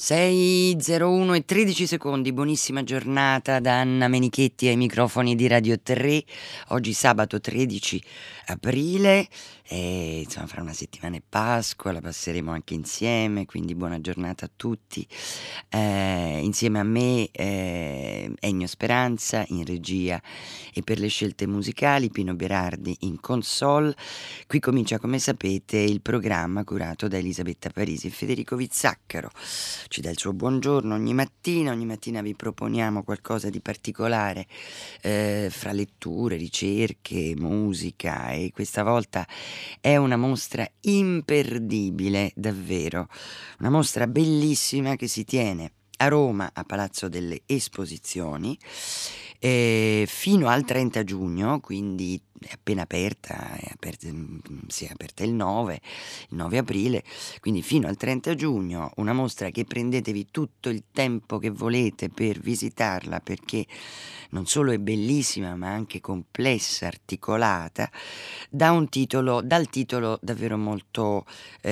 6:01 e 13 secondi, buonissima giornata da Anna Menichetti ai microfoni di Radio 3. Oggi sabato 13 aprile e insomma fra una settimana è Pasqua, la passeremo anche insieme, quindi buona giornata a tutti. Insieme a me Ennio Speranza in regia e per le scelte musicali Pino Berardi in console. Qui comincia, come sapete, il programma curato da Elisabetta Parisi e Federico Vizzaccaro. Ci dà il suo buongiorno ogni mattina vi proponiamo qualcosa di particolare fra letture, ricerche, musica, e questa volta è una mostra imperdibile, davvero, una mostra bellissima che si tiene a Roma, a Palazzo delle Esposizioni, fino al 30 giugno, quindi è appena aperta, si è aperta il 9 aprile, quindi fino al 30 giugno, una mostra che prendetevi tutto il tempo che volete per visitarla, perché non solo è bellissima ma anche complessa, articolata, dal titolo davvero molto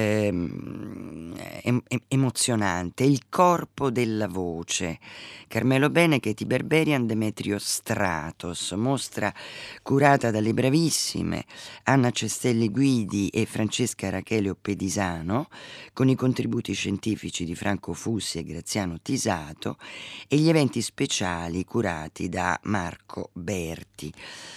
emozionante, Il corpo della voce, Carmelo Benechet, Berberian, Demetrio Stratos, mostra curata dalle bravissime Anna Cestelli Guidi e Francesca Rachelio Pedisano, con i contributi scientifici di Franco Fussi e Graziano Tisato, e gli eventi speciali curati da Marco Berti.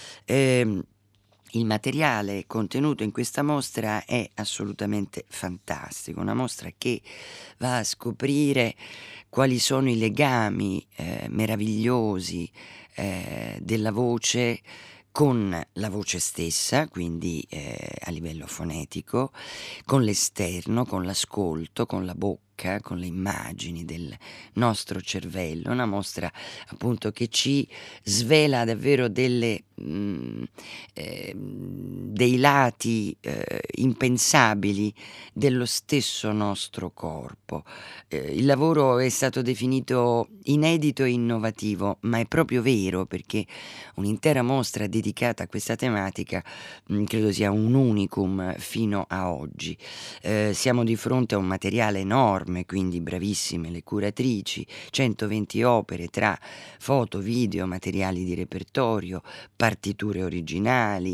Il materiale contenuto in questa mostra è assolutamente fantastico, una mostra che va a scoprire quali sono i legami meravigliosi della voce con la voce stessa, quindi a livello fonetico, con l'esterno, con l'ascolto, con la bocca, con le immagini del nostro cervello. Una mostra appunto che ci svela davvero dei lati impensabili dello stesso nostro corpo. Il lavoro è stato definito inedito e innovativo, ma è proprio vero, perché un'intera mostra dedicata a questa tematica credo sia un unicum fino a oggi. Siamo di fronte a un materiale enorme, quindi bravissime le curatrici, 120 opere tra foto, video, materiali di repertorio, partiture originali,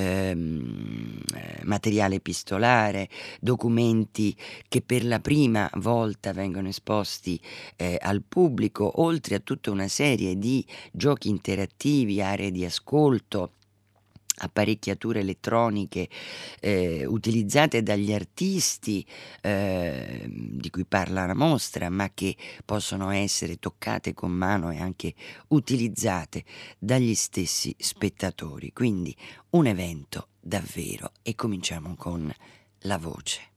materiale epistolare, documenti che per la prima volta vengono esposti al pubblico, oltre a tutta una serie di giochi interattivi, aree di ascolto, apparecchiature elettroniche utilizzate dagli artisti di cui parla la mostra, ma che possono essere toccate con mano e anche utilizzate dagli stessi spettatori. Quindi un evento davvero, e cominciamo con la voce.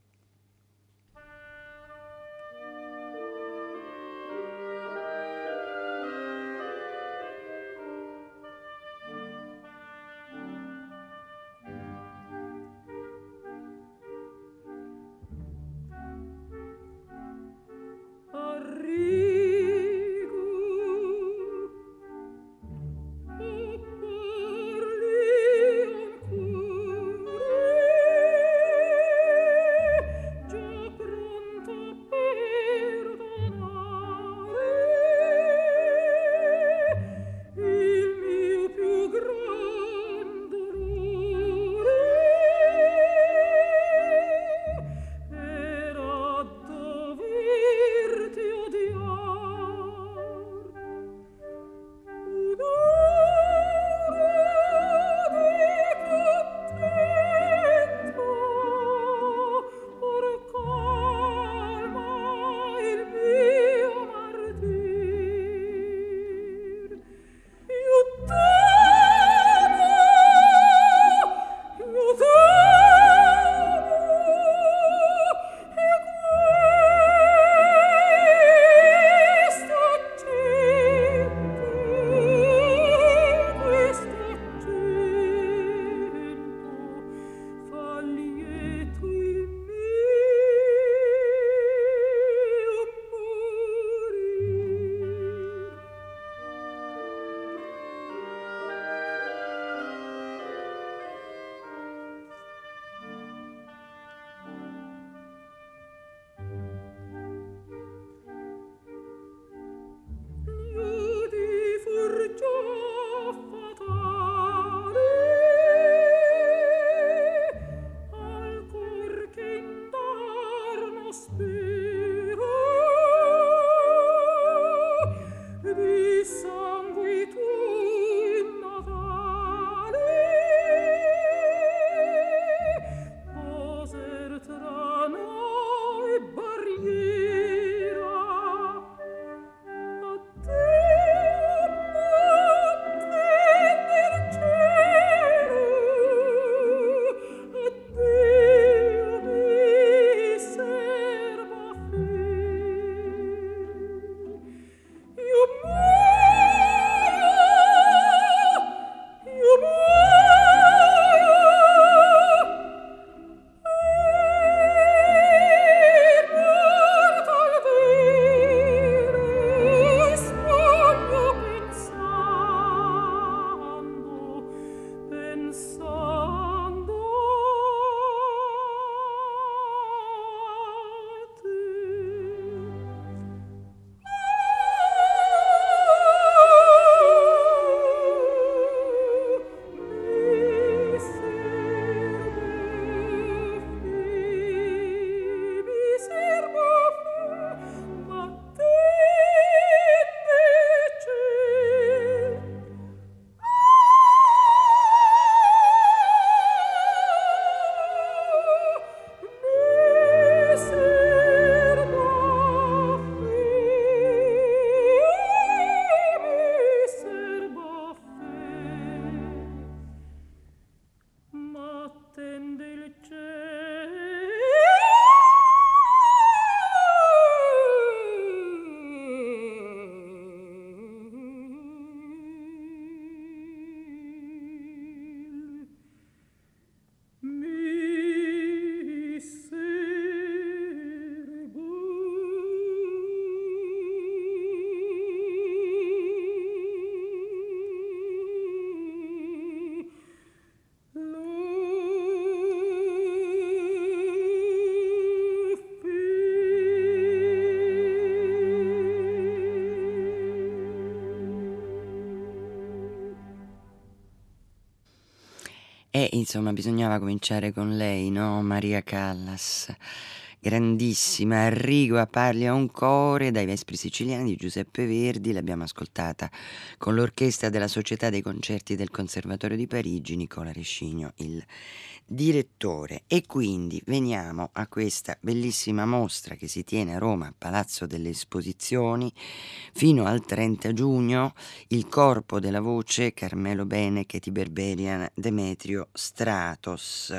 E insomma bisognava cominciare con lei, no, Maria Callas, grandissima, Arrigo a parli a un core dai Vespri siciliani di Giuseppe Verdi, l'abbiamo ascoltata con l'orchestra della Società dei Concerti del Conservatorio di Parigi, Nicola Rescigno, il direttore. E quindi veniamo a questa bellissima mostra che si tiene a Roma, Palazzo delle Esposizioni, fino al 30 giugno, Il corpo della voce, Carmelo Bene, Katy Berberian, Demetrio Stratos,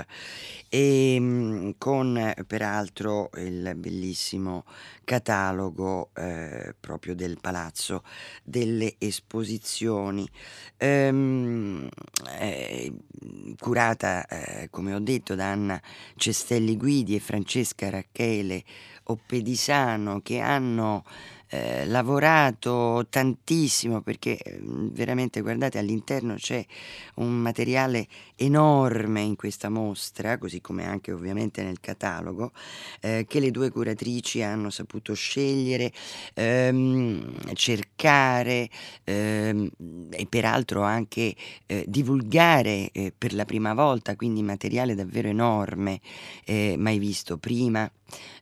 con peraltro il bellissimo catalogo proprio del Palazzo delle Esposizioni, ehm, eh, curata, come ho detto, da Anna Cestelli Guidi e Francesca Rachele Oppedisano, che hanno lavorato tantissimo perché veramente, guardate, all'interno c'è un materiale enorme in questa mostra, così come anche ovviamente nel catalogo, che le due curatrici hanno saputo scegliere, cercare, e peraltro anche divulgare per la prima volta, quindi materiale davvero enorme, mai visto prima,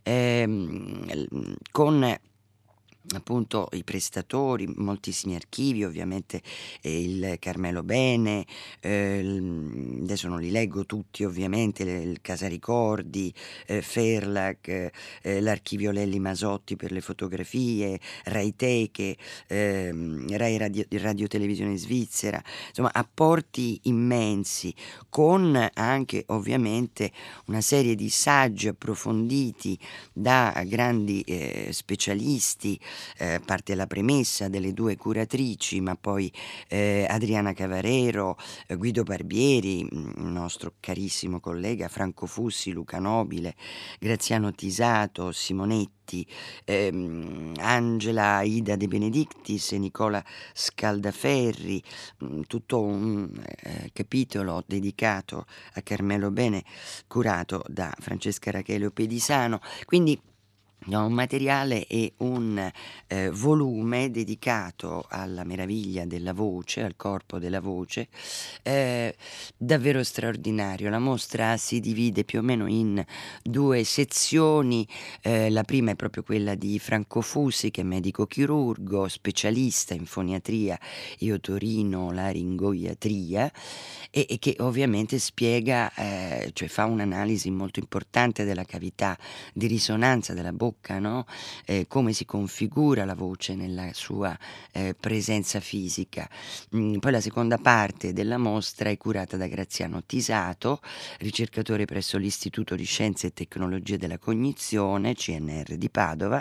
con appunto i prestatori, moltissimi archivi, ovviamente il Carmelo Bene, adesso non li leggo tutti ovviamente, il Casaricordi, Ferlac, l'archivio Lelli Masotti per le fotografie, Rai Teche, Rai Radio Televisione Svizzera, insomma apporti immensi, con anche ovviamente una serie di saggi approfonditi da grandi specialisti, parte la premessa delle due curatrici, ma poi Adriana Cavarero, Guido Barbieri, il nostro carissimo collega, Franco Fussi, Luca Nobile, Graziano Tisato, Simonetti, Angela Ida De Benedictis e Nicola Scaldaferri, tutto un capitolo dedicato a Carmelo Bene, curato da Francesca Rachele Pedisano. Quindi un materiale e un volume dedicato alla meraviglia della voce, al corpo della voce, davvero straordinario. La mostra si divide più o meno in due sezioni, la prima è proprio quella di Franco Fusi, che è medico chirurgo, specialista in foniatria e otorino-laringoiatria, e che ovviamente spiega, cioè fa un'analisi molto importante della cavità di risonanza della bocca, no? Come si configura la voce nella sua presenza fisica. Poi la seconda parte della mostra è curata da Graziano Tisato, ricercatore presso l'Istituto di Scienze e Tecnologie della Cognizione, CNR di Padova,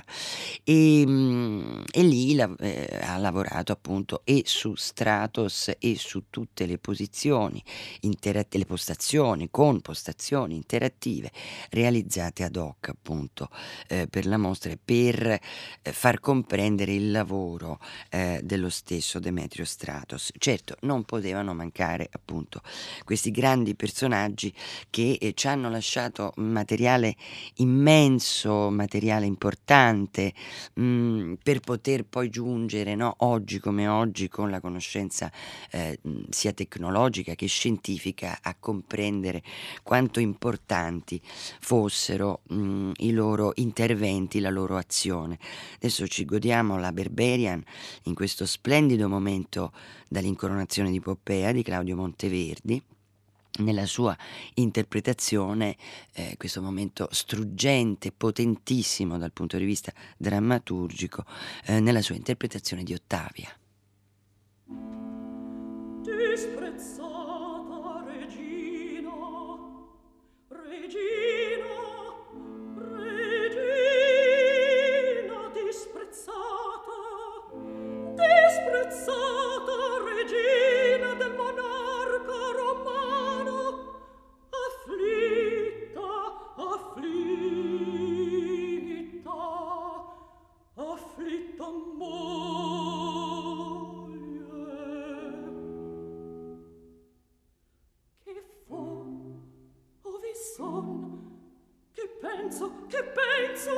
e lì ha lavorato appunto e su Stratos e su tutte le posizioni, le postazioni, con postazioni interattive realizzate ad hoc appunto per la mostra e per far comprendere il lavoro dello stesso Demetrio Stratos. Certo, non potevano mancare appunto questi grandi personaggi che ci hanno lasciato materiale immenso, materiale importante, per poter poi giungere, no, oggi come oggi, con la conoscenza sia tecnologica che scientifica, a comprendere quanto importanti fossero i loro interventi, la loro azione. Adesso ci godiamo la Berberian in questo splendido momento dall'incoronazione di Poppea di Claudio Monteverdi, nella sua interpretazione, questo momento struggente, potentissimo dal punto di vista drammaturgico, nella sua interpretazione di Ottavia. Disprezzata regina, regina, regina disprezzata, disprezzata regina del monarca romano, afflitta, afflitta, afflitta moglie. Che fo? Ove son? Che penso?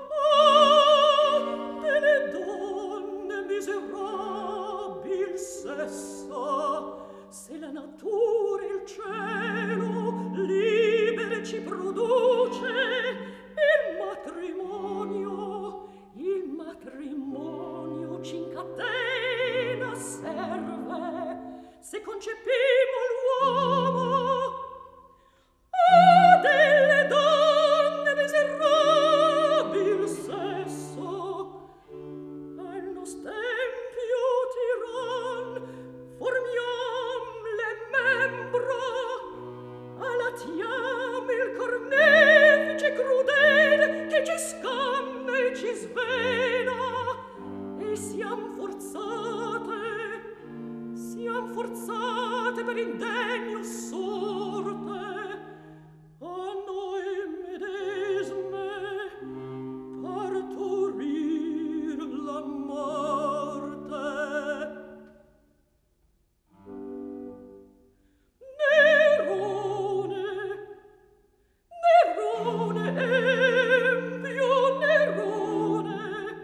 Oh, delle donne miserabil sesso, se la natura il cielo concepimo l'uomo. Ah, delle donne miserabil sesso, al nos tempio tiran, formiam le membra, alatiam il carnefice crudel che ci scanna e ci svena, e siam forzate per indegno sorte a noi medesme partorir la morte. Nerone, Nerone, empio Nerone,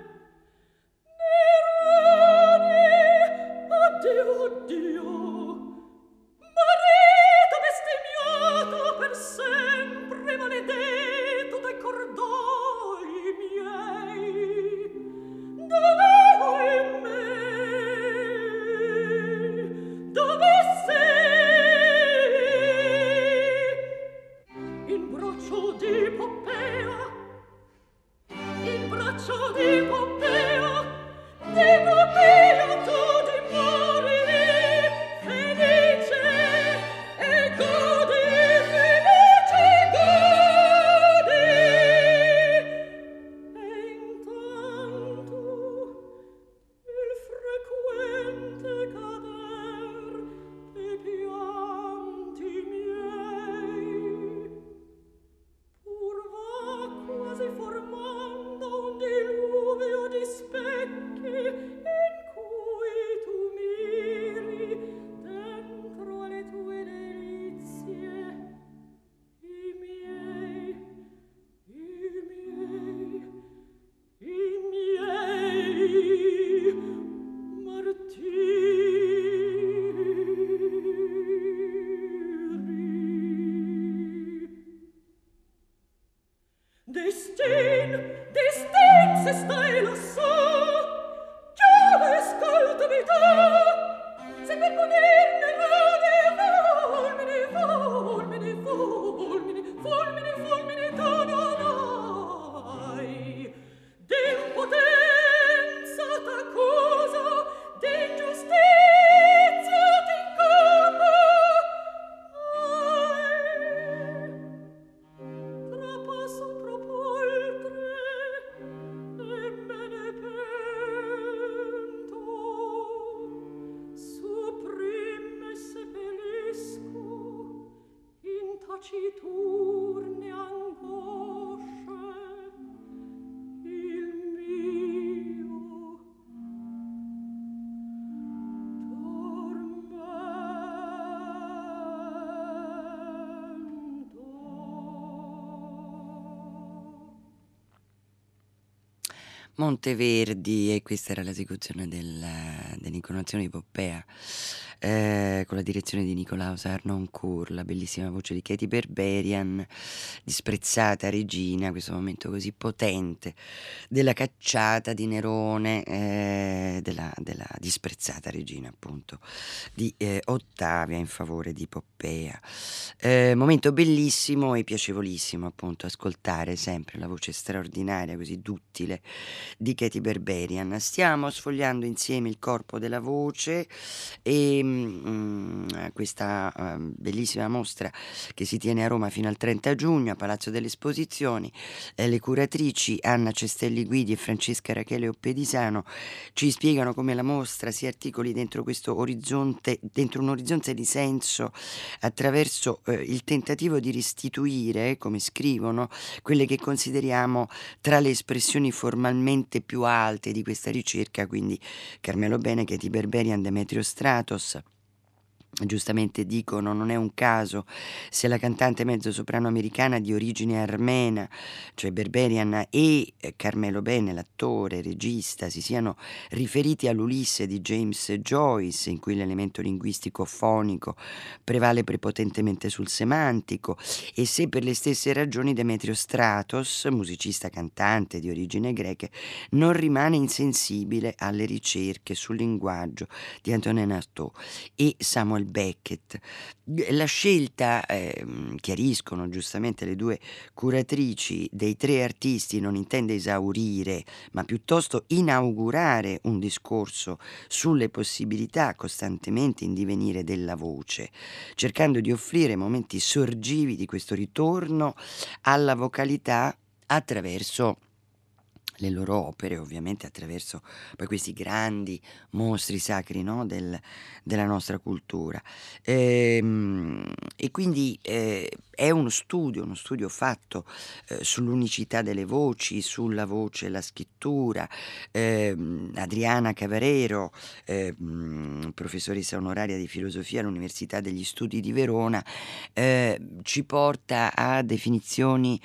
Nerone, addio, addio, marito bestemmiato per sempre, maledetto dai cordoglii miei, dove vuoi me? Dove sei? In braccio di Poppea, in braccio di Poppea, tu dimori felice e godi, felice godi. E intanto il frequente cader dei pianti miei pur va quasi formando un diluvio di specchi in cui tu miri dentro alle tue delizie i miei, i miei martiri. Destin, se stai lassù, Giove, ascoltami tu, se per punirne fulmini tu non hai, d'impotenza t'accuso, d'ingiustizia t'incolpo. Trapasso troppo oltre e me ne pento, supprime e seppellisco in taciturne angosce il mio tormento. Monteverdi, e questa era l'esecuzione dell'inconazione di Poppea, con la direzione di Nicolaus Harnoncourt, la bellissima voce di Katy Berberian, disprezzata regina, questo momento così potente della cacciata di Nerone, della disprezzata regina appunto di Ottavia in favore di Poppea. Momento bellissimo e piacevolissimo appunto ascoltare sempre la voce straordinaria, così duttile, di Katy Berberian. Stiamo sfogliando insieme il corpo della voce e questa bellissima mostra che si tiene a Roma fino al 30 giugno a Palazzo delle Esposizioni. Le curatrici Anna Cestelli Guidi e Francesca Rachele Oppedisano ci spiegano come la mostra si articoli dentro questo orizzonte, dentro un orizzonte di senso, attraverso il tentativo di restituire, come scrivono, quelle che consideriamo tra le espressioni formalmente più alte di questa ricerca, quindi Carmelo Bene, Katy Berberian, Demetrio Stratos. Giustamente dicono, non è un caso se la cantante mezzosoprano americana di origine armena, cioè Berberian, e Carmelo Bene, l'attore, regista, si siano riferiti all'Ulisse di James Joyce, in cui l'elemento linguistico fonico prevale prepotentemente sul semantico, e se per le stesse ragioni Demetrio Stratos, musicista cantante di origine greche, non rimane insensibile alle ricerche sul linguaggio di Antonin Artaud e Samuel Samuel Beckett. La scelta, chiariscono giustamente le due curatrici, dei tre artisti non intende esaurire, ma piuttosto inaugurare un discorso sulle possibilità costantemente in divenire della voce, cercando di offrire momenti sorgivi di questo ritorno alla vocalità attraverso le loro opere, ovviamente attraverso poi questi grandi mostri sacri, no, della nostra cultura. E quindi è uno studio fatto sull'unicità delle voci, sulla voce e la scrittura. Adriana Cavarero, professoressa onoraria di filosofia all'Università degli Studi di Verona, ci porta a definizioni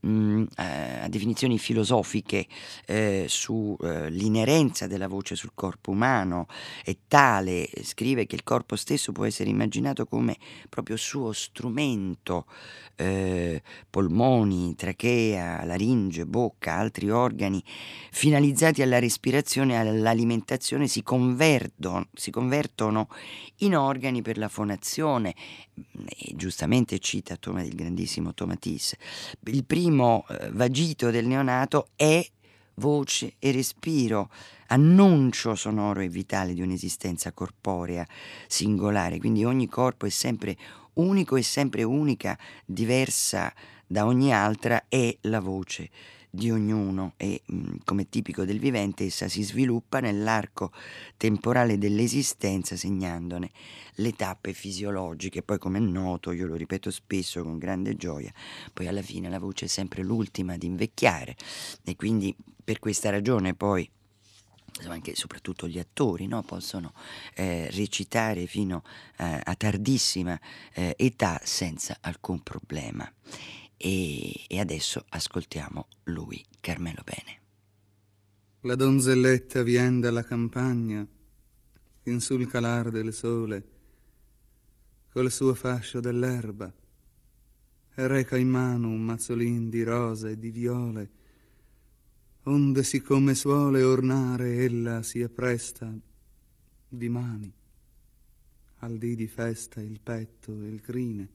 filosofiche su l'inerenza della voce sul corpo umano. È tale, scrive, che il corpo stesso può essere immaginato come proprio suo strumento, polmoni, trachea, laringe, bocca, altri organi finalizzati alla respirazione e all'alimentazione si convertono in organi per la fonazione. E giustamente cita il grandissimo Tomatis. Il primo vagito del neonato è voce e respiro, annuncio sonoro e vitale di un'esistenza corporea singolare. Quindi ogni corpo è sempre unico e sempre unica, diversa da ogni altra è la voce di ognuno e come tipico del vivente essa si sviluppa nell'arco temporale dell'esistenza, segnandone le tappe fisiologiche. Poi, come è noto, io lo ripeto spesso con grande gioia, poi alla fine la voce è sempre l'ultima ad invecchiare e quindi per questa ragione poi anche e soprattutto gli attori, no, possono recitare fino a tardissima età senza alcun problema. E adesso ascoltiamo lui, Carmelo Bene. La donzelletta vien dalla campagna in sul calar del sole col suo fascio dell'erba e reca in mano un mazzolin di rose e di viole, onde siccome suole ornare ella si appresta di mani al dì di festa il petto e il crine.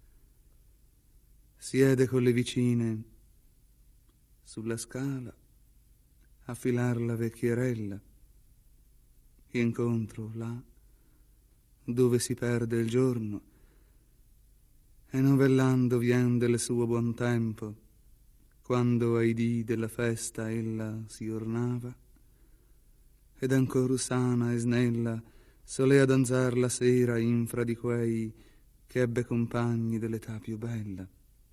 Siede con le vicine sulla scala a filar la vecchierella, incontro là dove si perde il giorno, e novellando vien del suo buon tempo, quando ai dì della festa ella si ornava, ed ancor sana e snella solea danzar la sera infra di quei che ebbe compagni dell'età più bella.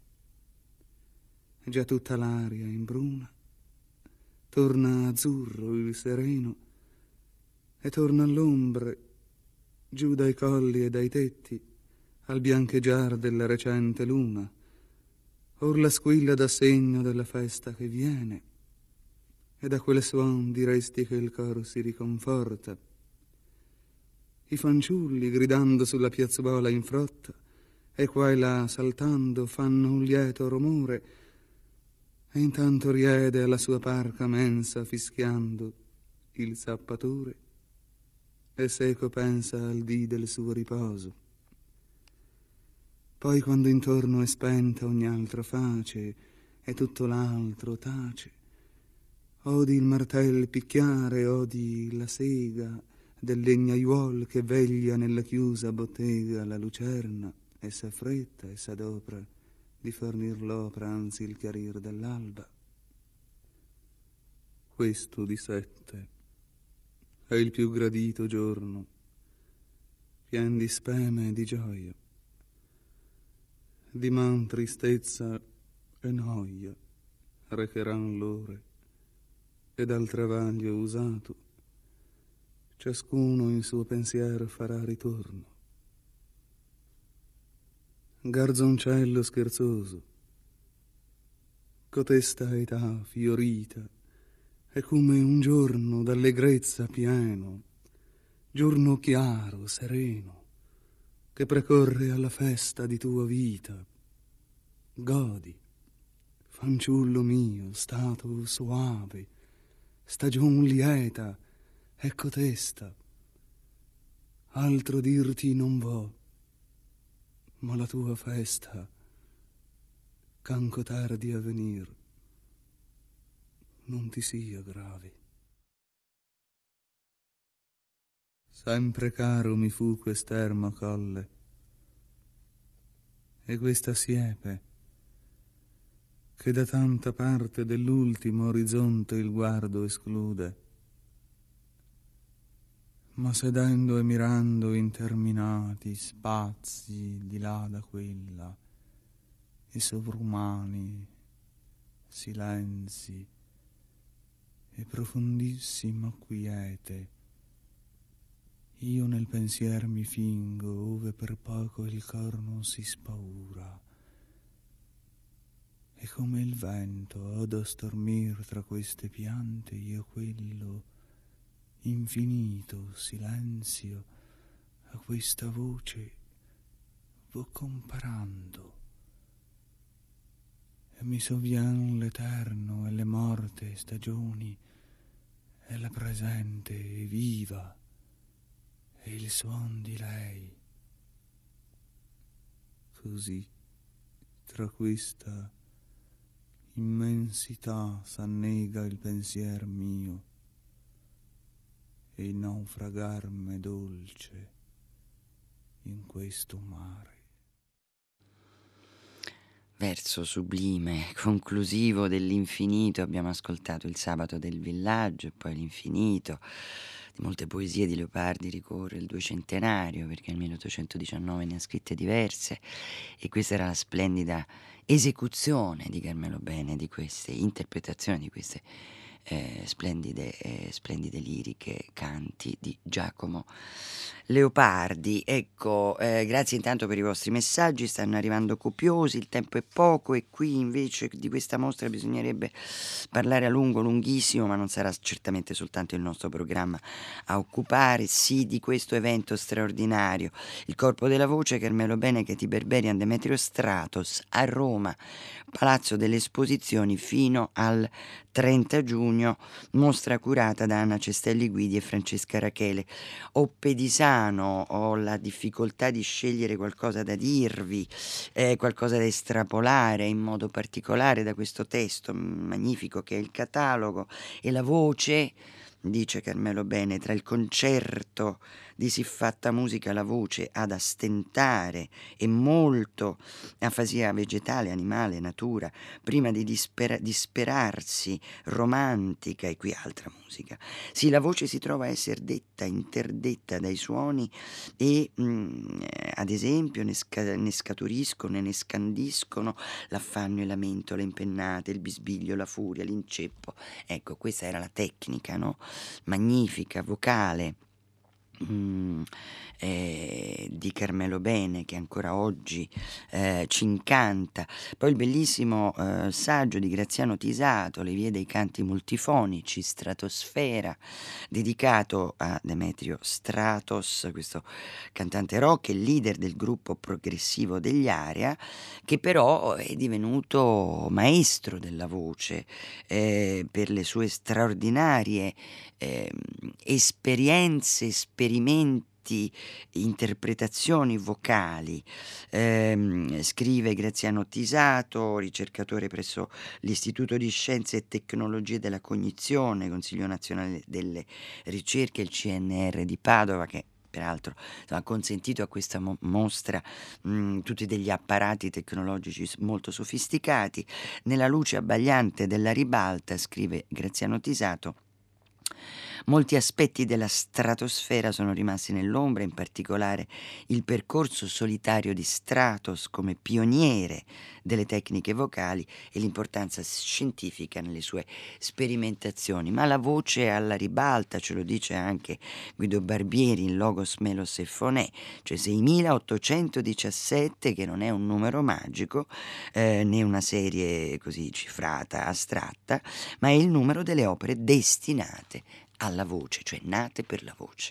Già tutta l'aria in bruna torna azzurro il sereno e torna all'ombre giù dai colli e dai tetti al biancheggiar della recente luna. Or la squilla dà segno della festa che viene e da quel suon diresti che il cor si riconforta. I fanciulli gridando sulla piazzuola in frotta e qua e là saltando fanno un lieto rumore, e intanto riede alla sua parca mensa fischiando il zappatore e seco pensa al dì del suo riposo. Poi quando intorno è spenta ogni altra face e tutto l'altro tace, odi il martel picchiare, odi la sega del legnaiuol che veglia nella chiusa bottega la lucerna e s'affretta e s'adopra di fornir l'opra anzi il chiarir dell'alba. Questo di 7 è il più gradito giorno, pien di speme e di gioia, di man tristezza e noia recheran l'ore, e dal travaglio usato ciascuno in suo pensiero farà ritorno. Garzoncello scherzoso, cotesta età fiorita è come un giorno d'allegrezza pieno, giorno chiaro, sereno, che precorre alla festa di tua vita. Godi, fanciullo mio, stato soave, stagion lieta è cotesta. altro dirti non vo, ma la tua festa, c'anco tardi a venir, non ti sia grave. Sempre caro mi fu quest'ermo colle e questa siepe che da tanta parte dell'ultimo orizzonte il guardo esclude. Ma sedendo e mirando interminati spazi di là da quella, e sovrumani silenzi e profondissima quiete, io nel pensier mi fingo ove per poco il cor non si spaura, e come il vento odo stormir tra queste piante io quello infinito silenzio a questa voce vo comparando, e mi sovvien l'eterno e le morte stagioni e la presente e viva e il suon di lei. Così tra questa immensità s'annega il pensier mio e il naufragar m'è dolce in questo mare. Verso sublime, conclusivo dell'infinito, abbiamo ascoltato il Sabato del Villaggio e poi l'infinito. Di molte poesie di Leopardi ricorre il 200°, perché nel 1819 ne ha scritte diverse, e questa era la splendida esecuzione di Carmelo Bene, di queste interpretazioni, di queste splendide liriche, canti di Giacomo Leopardi. Ecco, grazie intanto per i vostri messaggi, stanno arrivando copiosi, il tempo è poco e qui invece di questa mostra bisognerebbe parlare a lungo, lunghissimo, ma non sarà certamente soltanto il nostro programma a occupare, sì, di questo evento straordinario. Il Corpo della Voce, Carmelo Bene, Katy Berberian, Demetrio Stratos, a Roma, Palazzo delle Esposizioni fino al 30 giugno, mostra curata da Anna Cestelli Guidi e Francesca Rachele. Oppedisano, ho la difficoltà di scegliere qualcosa da dirvi, qualcosa da estrapolare in modo particolare da questo testo magnifico che è il catalogo e la voce. Dice Carmelo Bene, tra il concerto di siffatta musica la voce ad a stentare e molto afasia vegetale, animale, natura, prima di disperarsi, romantica, e qui altra musica. Sì, la voce si trova a essere detta, interdetta dai suoni e ad esempio ne scaturiscono e ne scandiscono l'affanno, il lamento, le impennate, il bisbiglio, la furia, l'inceppo. Ecco, questa era la tecnica, no? Magnifica, vocale, di Carmelo Bene, che ancora oggi ci incanta. Poi il bellissimo saggio di Graziano Tisato, Le vie dei canti multifonici, Stratosfera, dedicato a Demetrio Stratos, questo cantante rock e leader del gruppo progressivo degli Aria, che però è divenuto maestro della voce per le sue straordinarie esperienze, esperimenti, interpretazioni vocali. Scrive Graziano Tisato, ricercatore presso l'Istituto di Scienze e Tecnologie della Cognizione, Consiglio Nazionale delle Ricerche, il CNR di Padova, che peraltro ha consentito a questa mostra tutti degli apparati tecnologici molto sofisticati. Nella luce abbagliante della ribalta, scrive Graziano Tisato, molti aspetti della stratosfera sono rimasti nell'ombra, in particolare il percorso solitario di Stratos come pioniere delle tecniche vocali e l'importanza scientifica nelle sue sperimentazioni. Ma la voce alla ribalta, ce lo dice anche Guido Barbieri in Logos, Melos e Fonè, cioè 6817, che non è un numero magico né una serie così cifrata, astratta, ma è il numero delle opere destinate alla voce, cioè nate per la voce.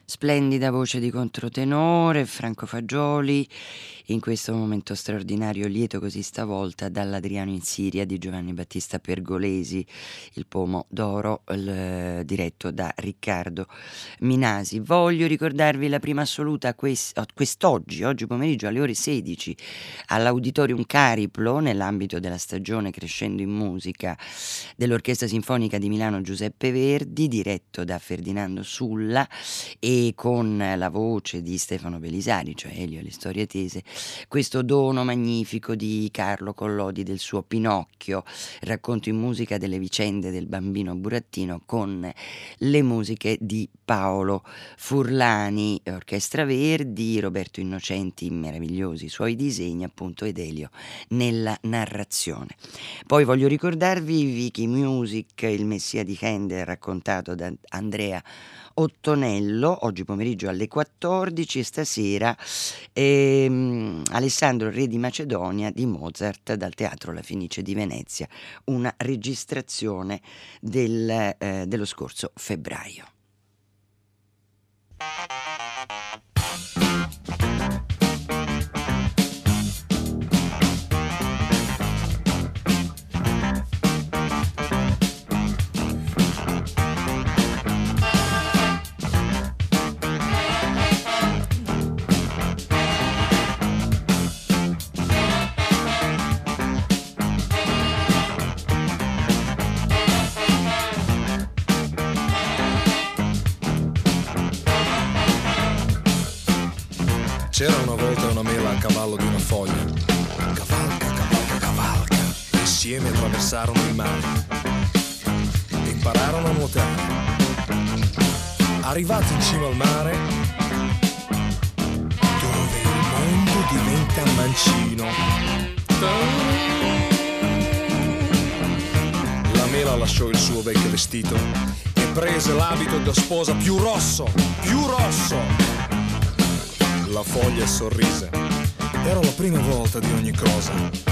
Splendida voce di controtenore, Franco Fagioli, in questo momento straordinario, lieto così stavolta, dall'Adriano in Siria di Giovanni Battista Pergolesi, il Pomo d'Oro, diretto da Riccardo Minasi. Voglio ricordarvi la prima assoluta quest'oggi, oggi pomeriggio alle ore 16, all'Auditorium Cariplo, nell'ambito della stagione Crescendo in Musica dell'Orchestra Sinfonica di Milano Giuseppe Verdi, diretto da Ferdinando Sulla e con la voce di Stefano Belisari, cioè Elio e le storie tese, questo dono magnifico di Carlo Collodi del suo Pinocchio, racconto in musica delle vicende del bambino burattino, con le musiche di Paolo Furlani, Orchestra Verdi, Roberto Innocenti, meravigliosi suoi disegni, appunto, ed Elio nella narrazione. Poi voglio ricordarvi Vicky Music, il Messia di Handel, raccontato da Andrea Ottonello, oggi pomeriggio alle 14, e stasera Alessandro Re di Macedonia di Mozart dal Teatro La Fenice di Venezia, una registrazione dello scorso febbraio. C'era una volta una mela a cavallo di una foglia. Cavalca, cavalca, cavalca. Insieme attraversarono il mare e impararono a nuotare. Arrivati in cima al mare, dove il mondo diventa mancino, la mela lasciò il suo vecchio vestito e prese l'abito da sposa più rosso, più rosso. La foglia sorrise. Era la prima volta di ogni cosa.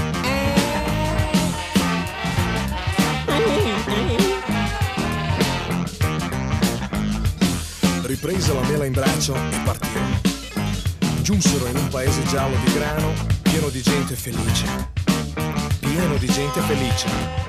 Riprese la mela in braccio e partirono. Giunsero in un paese giallo di grano, pieno di gente felice. Pieno di gente felice.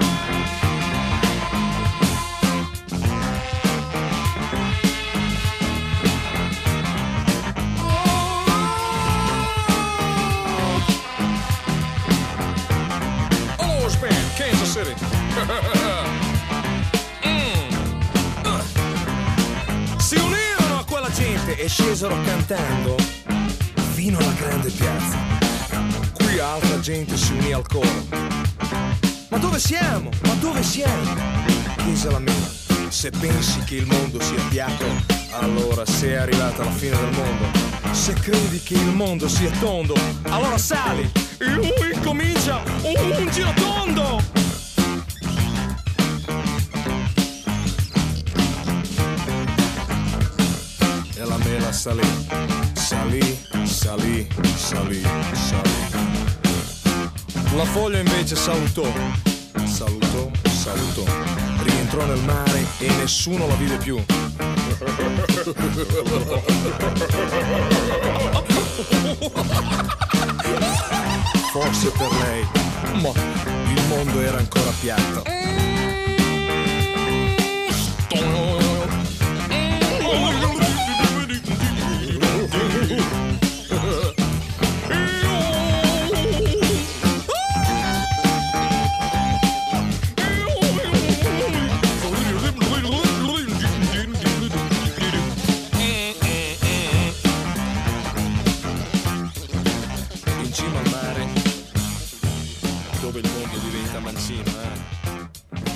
Si unirono a quella gente e scesero cantando fino alla grande piazza. Qui altra gente si unì al coro. Ma dove siamo? Ma dove siamo? Chiese la mela. Se pensi che il mondo sia piatto, allora sei arrivata alla fine del mondo. Se credi che il mondo sia tondo, allora sali e lui comincia un giro tondo. Salì, salì, salì, salì, salì. La foglia invece salutò, salutò, salutò. Rientrò nel mare e nessuno la vide più. Forse per lei, ma il mondo era ancora piatto. In cima al mare, dove il mondo diventa mancino,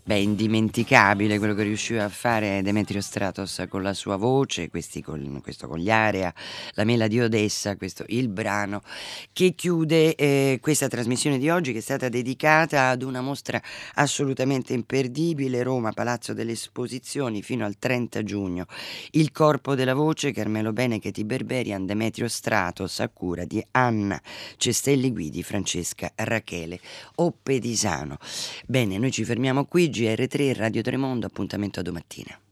Beh, indimenticabile quello che riusciva a fare Demetrio Stratos con la sua voce, questo con gli Area, La mela di Odessa, questo il brano che chiude questa trasmissione di oggi, che è stata dedicata ad una mostra assolutamente imperdibile, Roma, Palazzo delle Esposizioni, fino al 30 giugno. Il corpo della voce, Carmelo Benechet, Berberian, Demetrio Stratos, a cura di Anna Cestelli Guidi, Francesca Rachele Oppedisano. Bene, noi ci fermiamo qui, GR3 Radio Tremondo, appuntamento a domattina.